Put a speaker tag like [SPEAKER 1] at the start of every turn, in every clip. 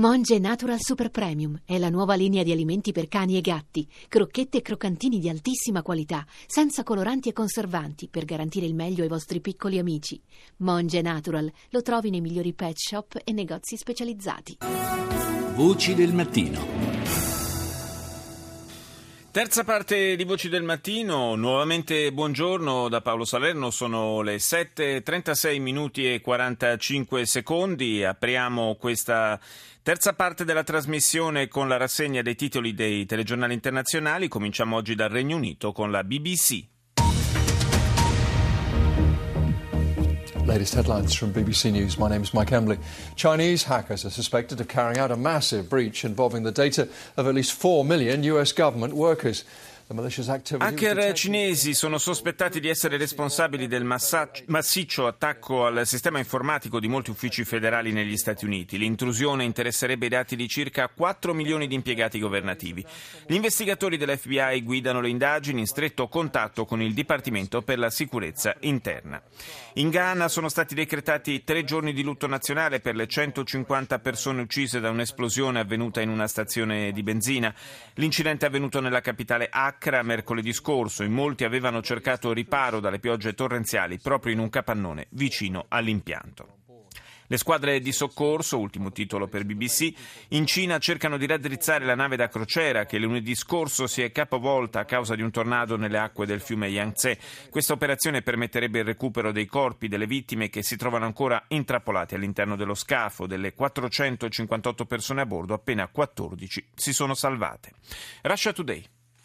[SPEAKER 1] Monge Natural Super Premium è la nuova linea di alimenti per cani e gatti, crocchette e croccantini di altissima qualità, senza coloranti e conservanti, per garantire il meglio ai vostri piccoli amici. Monge Natural lo trovi nei migliori pet shop e negozi specializzati.
[SPEAKER 2] Voci del mattino.
[SPEAKER 3] Terza parte di Voci del Mattino, nuovamente buongiorno da Paolo Salerno, sono le 7:36 minuti e 45 secondi, apriamo questa terza parte della trasmissione con la rassegna dei titoli dei telegiornali internazionali, cominciamo oggi dal Regno Unito con la BBC.
[SPEAKER 4] Latest headlines from BBC News. My name is Mike Embley. Chinese hackers are suspected of carrying out a massive breach involving the data of at least 4 million US government workers.
[SPEAKER 3] Hacker cinesi sono sospettati di essere responsabili del massiccio attacco al sistema informatico di molti uffici federali negli Stati Uniti. L'intrusione interesserebbe i dati di circa 4 milioni di impiegati governativi. Gli investigatori dell'FBI guidano le indagini in stretto contatto con il Dipartimento per la Sicurezza Interna. In Ghana sono stati decretati 3 giorni di lutto nazionale per le 150 persone uccise da un'esplosione avvenuta in una stazione di benzina. L'incidente è avvenuto nella capitale Accra mercoledì scorso. In molti avevano cercato riparo dalle piogge torrenziali proprio in un capannone vicino all'impianto. Le squadre di soccorso, ultimo titolo per BBC, in Cina cercano di raddrizzare la nave da crociera che lunedì scorso si è capovolta a causa di un tornado nelle acque del fiume Yangtze. Questa operazione permetterebbe il recupero dei corpi delle vittime che si trovano ancora intrappolati all'interno dello scafo. Delle 458 persone a bordo, appena 14 si sono salvate. Russia Today.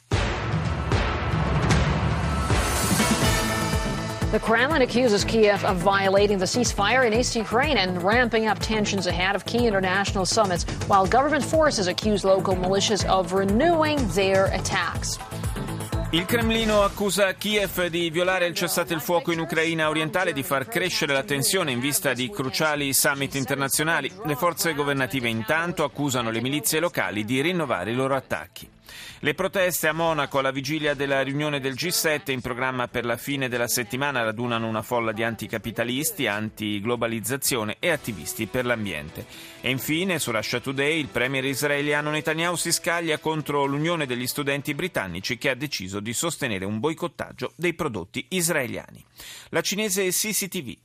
[SPEAKER 5] The Kremlin accuses Kiev of violating the ceasefire in East Ukraine and ramping up tensions ahead of key international summits, while government forces accuse local militias of renewing their attacks.
[SPEAKER 3] Il Cremlino accusa Kiev di violare il cessate il fuoco in Ucraina orientale e di far crescere la tensione in vista di cruciali summit internazionali. Le forze governative intanto accusano le milizie locali di rinnovare i loro attacchi. Le proteste a Monaco alla vigilia della riunione del G7 in programma per la fine della settimana radunano una folla di anticapitalisti, antiglobalizzazione e attivisti per l'ambiente. E infine, su Russia Today, il premier israeliano Netanyahu si scaglia contro l'Unione degli studenti britannici che ha deciso di sostenere un boicottaggio dei prodotti israeliani. La cinese CCTV.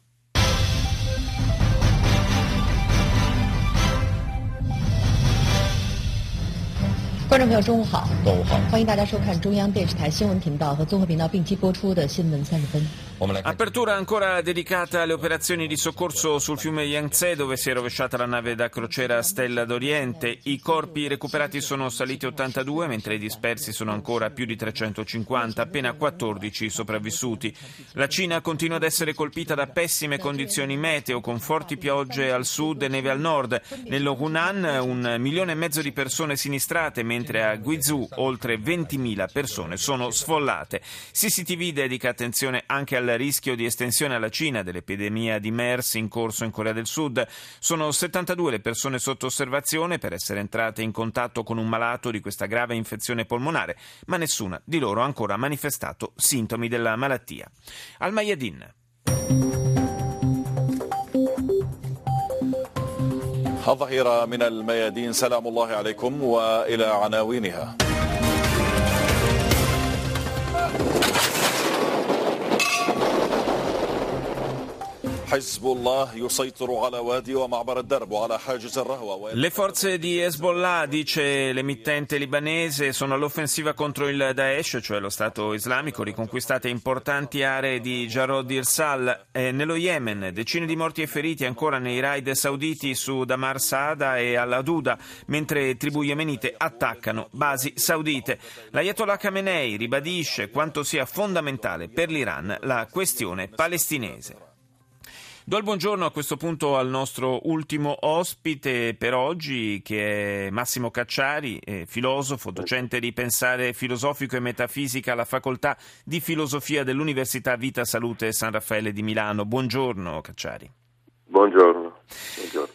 [SPEAKER 6] 观众朋友，中午好！欢迎大家收看中央电视台新闻频道和综合频道并机播出的新闻30分。
[SPEAKER 3] Apertura ancora dedicata alle operazioni di soccorso sul fiume Yangtze, dove si è rovesciata la nave da crociera Stella d'Oriente. I corpi recuperati sono saliti 82, mentre i dispersi sono ancora più di 350, appena 14 sopravvissuti. La Cina continua ad essere colpita da pessime condizioni meteo, con forti piogge al sud e neve al nord. Nello Hunan 1,5 milioni di persone sinistrate, mentre a Guizhou oltre 20.000 persone sono sfollate. CCTV dedica attenzione anche al rischio di estensione alla Cina dell'epidemia di MERS in corso in Corea del Sud. Sono 72 le persone sotto osservazione per essere entrate in contatto con un malato di questa grave infezione polmonare, ma nessuna di loro ha ancora manifestato sintomi della malattia. Al Mayadin.
[SPEAKER 7] الظهيرة من الميادين سلام الله عليكم وإلى عناوينها.
[SPEAKER 3] Le forze di Hezbollah, dice l'emittente libanese, sono all'offensiva contro il Daesh, cioè lo Stato islamico, riconquistate importanti aree di Jarod Irsal. Nello Yemen, decine di morti e feriti ancora nei raid sauditi su Damar Saada e al-Aduda, mentre tribù yemenite attaccano basi saudite. L'Ayatollah Khamenei ribadisce quanto sia fondamentale per l'Iran la questione palestinese. Do il buongiorno a questo punto al nostro ultimo ospite per oggi, che è Massimo Cacciari, filosofo, docente di pensare filosofico e metafisica alla Facoltà di Filosofia dell'Università Vita Salute San Raffaele di Milano. Buongiorno Cacciari.
[SPEAKER 8] Buongiorno.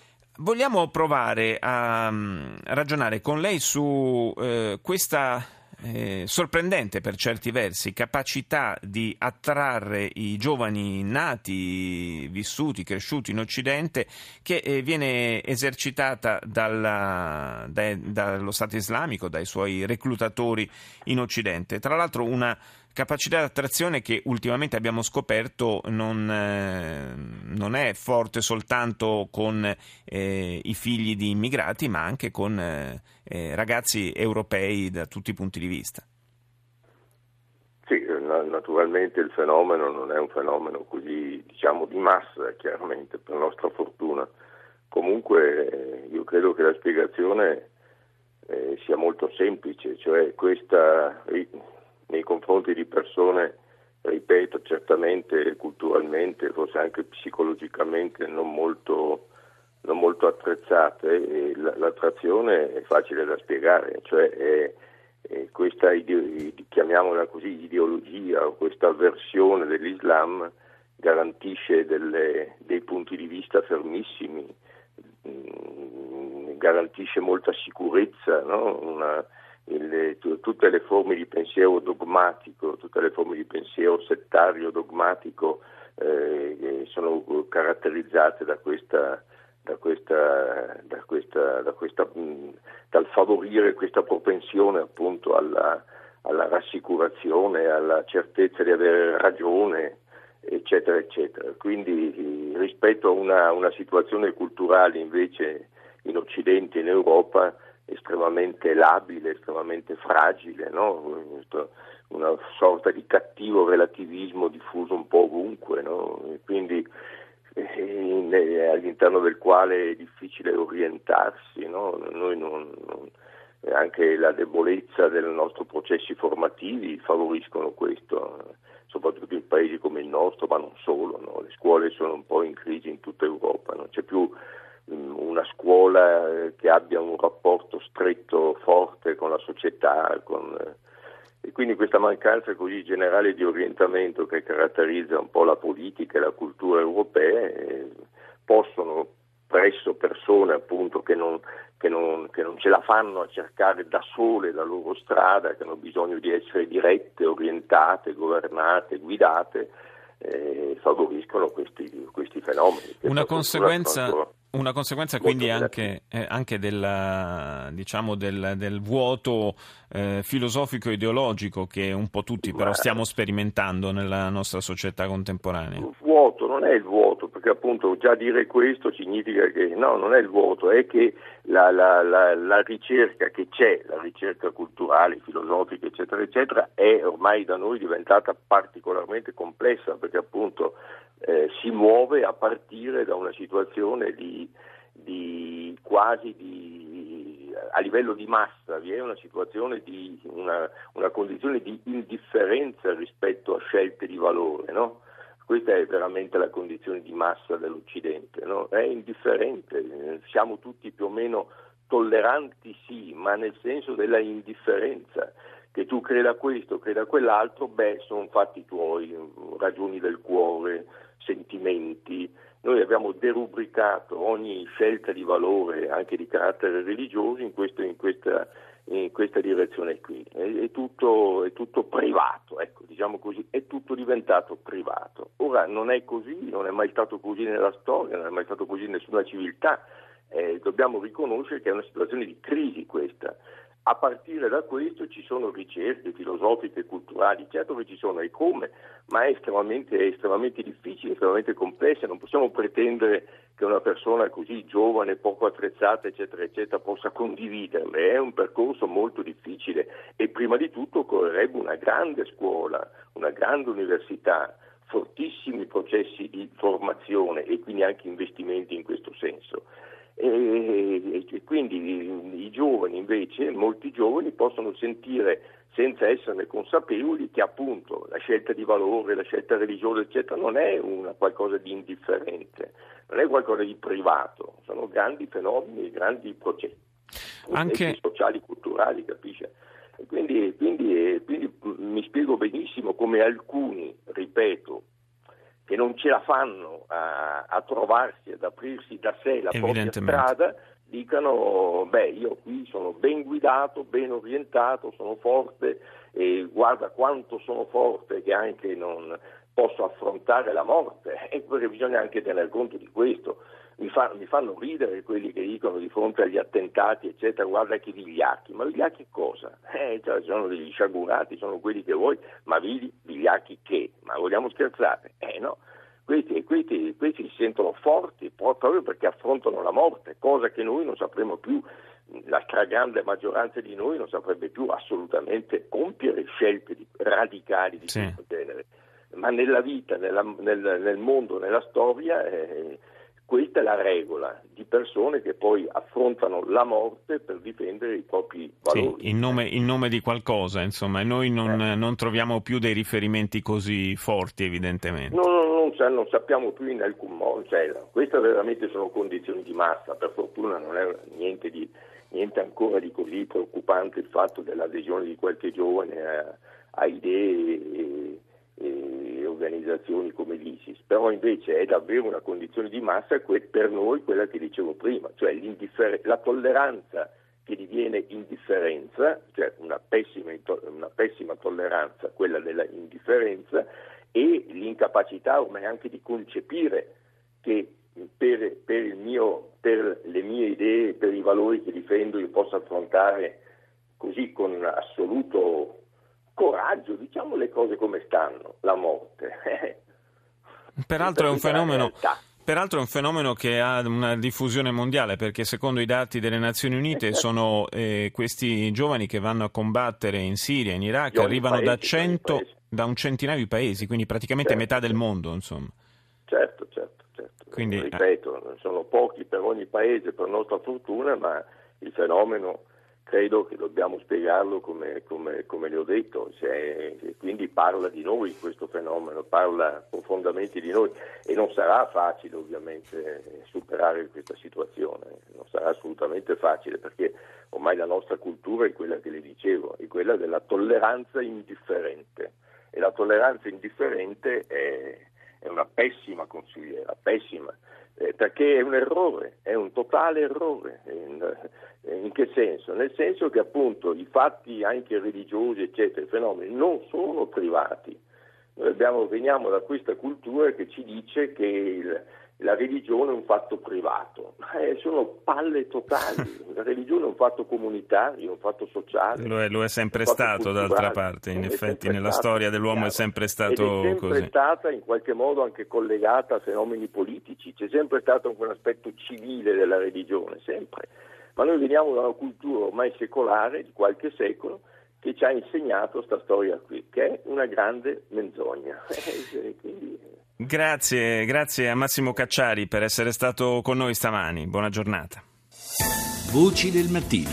[SPEAKER 3] Vogliamo provare a ragionare con lei su questa sorprendente per certi versi capacità di attrarre i giovani nati, vissuti, cresciuti in Occidente, che viene esercitata dallo Stato islamico, dai suoi reclutatori in Occidente. Tra l'altro una capacità di attrazione che ultimamente abbiamo scoperto non è forte soltanto con i figli di immigrati, ma anche con ragazzi europei da tutti i punti di vista.
[SPEAKER 8] Sì, naturalmente il fenomeno non è un fenomeno così, diciamo, di massa, chiaramente, per nostra fortuna. Comunque io credo che la spiegazione sia molto semplice, cioè questa nei confronti di persone, ripeto, certamente culturalmente, forse anche psicologicamente non molto attrezzate, e l'attrazione è facile da spiegare, cioè questa chiamiamola così, ideologia o questa avversione dell'Islam garantisce dei punti di vista fermissimi, garantisce molta sicurezza, no? Tutte le forme di pensiero dogmatico, tutte le forme di pensiero settario dogmatico sono caratterizzate dal favorire questa propensione appunto alla rassicurazione, alla certezza di avere ragione, eccetera, eccetera. Quindi rispetto a una situazione culturale invece in Occidente e in Europa estremamente labile, estremamente fragile, no? Una sorta di cattivo relativismo diffuso un po' ovunque, no? E quindi all'interno del quale è difficile orientarsi, no? Anche la debolezza dei nostri processi formativi favoriscono questo, soprattutto in paesi come il nostro, ma non solo, no? Le scuole sono un po' in crisi in tutta Europa, non c'è più una scuola che abbia un rapporto stretto, forte con la società, e quindi questa mancanza così generale di orientamento che caratterizza un po' la politica e la cultura europee possono presso persone appunto che non ce la fanno a cercare da sole la loro strada, che hanno bisogno di essere dirette, orientate, governate, guidate, favoriscono questi fenomeni.
[SPEAKER 3] Una conseguenza quindi anche del vuoto filosofico ideologico che un po' tutti però stiamo sperimentando nella nostra società contemporanea.
[SPEAKER 8] Il vuoto non è il vuoto, perché appunto già dire questo significa che no, non è il vuoto, è che la ricerca che c'è, la ricerca culturale, filosofica, eccetera, eccetera, è ormai da noi diventata particolarmente complessa, perché appunto si muove a partire da una situazione a livello di massa, vi è una situazione di una condizione di indifferenza rispetto a scelte di valore, no? Questa è veramente la condizione di massa dell'Occidente, no? È indifferente, siamo tutti più o meno tolleranti, sì, ma nel senso della indifferenza, che tu creda questo, creda quell'altro, sono fatti tuoi, ragioni del cuore, sentimenti. Noi abbiamo derubricato ogni scelta di valore, anche di carattere religioso, in questa direzione qui. È tutto privato, ecco, diciamo così, è tutto diventato privato. Ora non è così, non è mai stato così nella storia, non è mai stato così in nessuna civiltà. Dobbiamo riconoscere che è una situazione di crisi questa. A partire da questo ci sono ricerche filosofiche e culturali, certo che ci sono, e come, ma è estremamente difficile, estremamente complessa. Non possiamo pretendere che una persona così giovane, poco attrezzata, eccetera, eccetera, possa condividerle. È un percorso molto difficile e prima di tutto occorrerebbe una grande scuola, una grande università, fortissimi processi di formazione e quindi anche investimenti in questo senso. E quindi i giovani invece, molti giovani possono sentire senza esserne consapevoli che appunto la scelta di valore, la scelta religiosa eccetera non è qualcosa di indifferente, non è qualcosa di privato, sono grandi fenomeni, grandi processi anche sociali, culturali, capisce? E quindi mi spiego benissimo come alcuni, ripeto, che non ce la fanno a trovarsi, ad aprirsi da sé la propria strada, dicano io qui sono ben guidato, ben orientato, sono forte e guarda quanto sono forte che anche non posso affrontare la morte, e perché bisogna anche tener conto di questo. Mi fanno ridere quelli che dicono di fronte agli attentati eccetera, guarda che vigliacchi, ma vigliacchi cosa? Sono degli sciagurati, sono quelli che vuoi, ma vigliacchi che? Ma vogliamo scherzare? No. Questi si sentono forti proprio perché affrontano la morte, cosa che noi non sapremo più, la stragrande maggioranza di noi non saprebbe più assolutamente compiere scelte radicali di questo genere. Ma nella vita, nel mondo, nella storia, questa è la regola di persone che poi affrontano la morte per difendere i propri valori.
[SPEAKER 3] Sì, in nome di qualcosa, insomma, e noi non troviamo più dei riferimenti così forti, evidentemente.
[SPEAKER 8] Non sappiamo più in alcun modo, queste veramente sono condizioni di massa, per fortuna non è niente ancora di così preoccupante il fatto dell'adesione di qualche giovane a idee e organizzazioni come l'ISIS, però invece è davvero una condizione di massa per noi quella che dicevo prima, cioè la tolleranza che diviene indifferenza, cioè una pessima tolleranza, quella della indifferenza, e l'incapacità ormai anche di concepire che per le mie idee, per i valori che difendo, io possa affrontare così con assoluto coraggio, diciamo le cose come stanno, la morte.
[SPEAKER 3] Peraltro è un fenomeno che ha una diffusione mondiale, perché secondo i dati delle Nazioni Unite sono questi giovani che vanno a combattere in Siria, in Iraq, arrivano da un centinaio di paesi, quindi praticamente metà del mondo, insomma.
[SPEAKER 8] Certo.
[SPEAKER 3] Quindi,
[SPEAKER 8] ripeto, sono pochi per ogni paese, per nostra fortuna, ma il fenomeno credo che dobbiamo spiegarlo come le ho detto, quindi parla di noi questo fenomeno, parla profondamente di noi, e non sarà facile ovviamente superare questa situazione, non sarà assolutamente facile, perché ormai la nostra cultura è quella che le dicevo, è quella della tolleranza indifferente, e la tolleranza indifferente è una pessima consigliera, perché è un errore, è un totale errore. In che senso? Nel senso che appunto i fatti anche religiosi eccetera, i fenomeni non sono privati. Noi veniamo da questa cultura che ci dice che la religione è un fatto privato, sono palle totali. La religione è un fatto comunitario, un fatto sociale.
[SPEAKER 3] Lo è sempre stato, d'altra parte, in effetti nella storia dell'uomo è sempre stato
[SPEAKER 8] ed è sempre
[SPEAKER 3] così.
[SPEAKER 8] Stata in qualche modo anche collegata a fenomeni politici, c'è sempre stato un aspetto civile della religione, sempre. Ma noi veniamo da una cultura ormai secolare, di qualche secolo, che ci ha insegnato sta storia qui, che è una grande menzogna. Quindi...
[SPEAKER 3] Grazie a Massimo Cacciari per essere stato con noi stamani. Buona giornata.
[SPEAKER 2] Voci del mattino.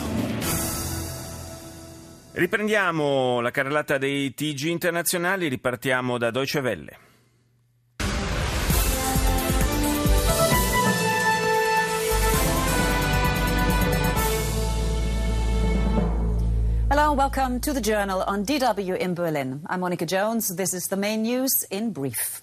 [SPEAKER 3] Riprendiamo la carrellata dei TG internazionali, ripartiamo da Deutsche Welle.
[SPEAKER 9] Hello, welcome to the Journal on DW in Berlin. I'm Monica Jones. This is the main news in brief.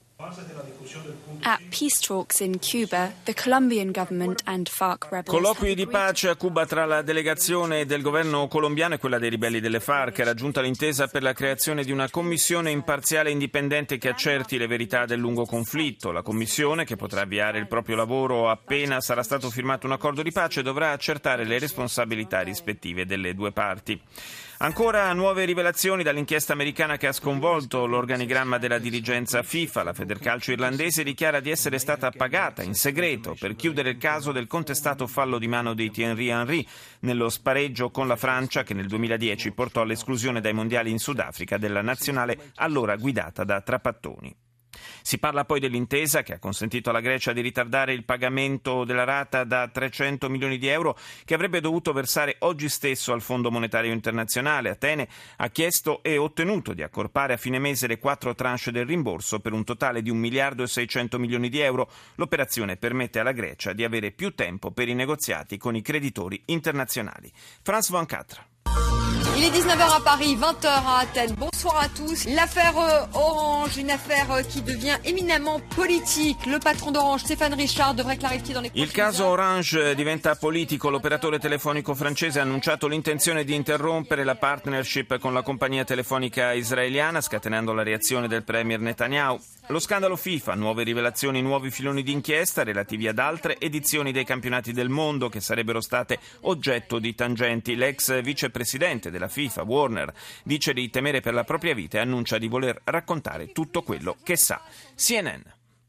[SPEAKER 10] At peace talks in Cuba, the Colombian government and FARC rebels.
[SPEAKER 3] Colloqui di pace a Cuba tra la delegazione del governo colombiano e quella dei ribelli delle FARC. È raggiunta l'intesa per la creazione di una commissione imparziale e indipendente che accerti le verità del lungo conflitto. La commissione, che potrà avviare il proprio lavoro appena sarà stato firmato un accordo di pace, dovrà accertare le responsabilità rispettive delle due parti. Ancora nuove rivelazioni dall'inchiesta americana che ha sconvolto l'organigramma della dirigenza FIFA. La Federcalcio irlandese dichiara di essere stata pagata in segreto per chiudere il caso del contestato fallo di mano di Thierry Henry nello spareggio con la Francia, che nel 2010 portò all'esclusione dai mondiali in Sudafrica della nazionale allora guidata da Trapattoni. Si parla poi dell'intesa che ha consentito alla Grecia di ritardare il pagamento della rata da 300 milioni di euro che avrebbe dovuto versare oggi stesso al Fondo Monetario Internazionale. Atene ha chiesto e ottenuto di accorpare a fine mese le 4 tranche del rimborso per un totale di 1 miliardo e 600 milioni di euro. L'operazione permette alla Grecia di avere più tempo per i negoziati con i creditori internazionali. France 24.
[SPEAKER 11] Il est 19h à Paris, 20h à Athènes. Bonsoir à tous. L'affaire Orange, une affaire qui devient éminemment politique. Le patron d'Orange, Stéphane Richard, devrait clarifier dans les prochaines
[SPEAKER 3] Il caso Orange diventa politico. L'operatore telefonico francese ha annunciato l'intenzione di interrompere la partnership con la compagnia telefonica israeliana, scatenando la reazione del premier Netanyahu. Lo scandalo FIFA, nuove rivelazioni, nuovi filoni d'inchiesta relativi ad altre edizioni dei campionati del mondo che sarebbero state oggetto di tangenti. L'ex vicepresidente della FIFA, Warner, dice di temere per la propria vita e annuncia di voler raccontare tutto quello che sa. CNN.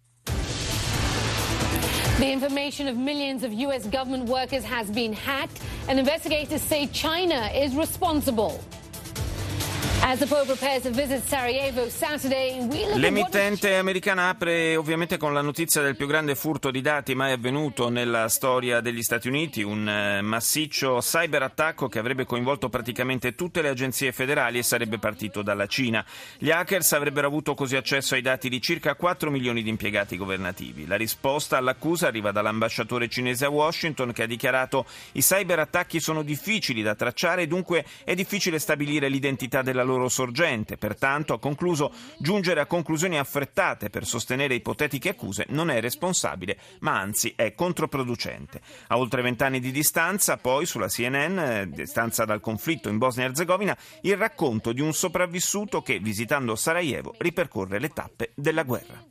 [SPEAKER 12] The information of millions of U.S. government workers has been hacked, and investigators say China is responsible. As the Pope prepares to visit Sarajevo Saturday,
[SPEAKER 3] L'emittente americana apre ovviamente con la notizia del più grande furto di dati mai avvenuto nella storia degli Stati Uniti, un massiccio cyberattacco che avrebbe coinvolto praticamente tutte le agenzie federali e sarebbe partito dalla Cina. Gli hackers avrebbero avuto così accesso ai dati di circa 4 milioni di impiegati governativi. La risposta all'accusa arriva dall'ambasciatore cinese a Washington, che ha dichiarato: i cyberattacchi sono difficili da tracciare e dunque è difficile stabilire l'identità della loro sorgente. Pertanto, ha concluso, giungere a conclusioni affrettate per sostenere ipotetiche accuse non è responsabile, ma anzi è controproducente. A oltre 20 anni di distanza, poi, sulla CNN, distanza dal conflitto in Bosnia e Erzegovina, il racconto di un sopravvissuto che, visitando Sarajevo, ripercorre le tappe della guerra.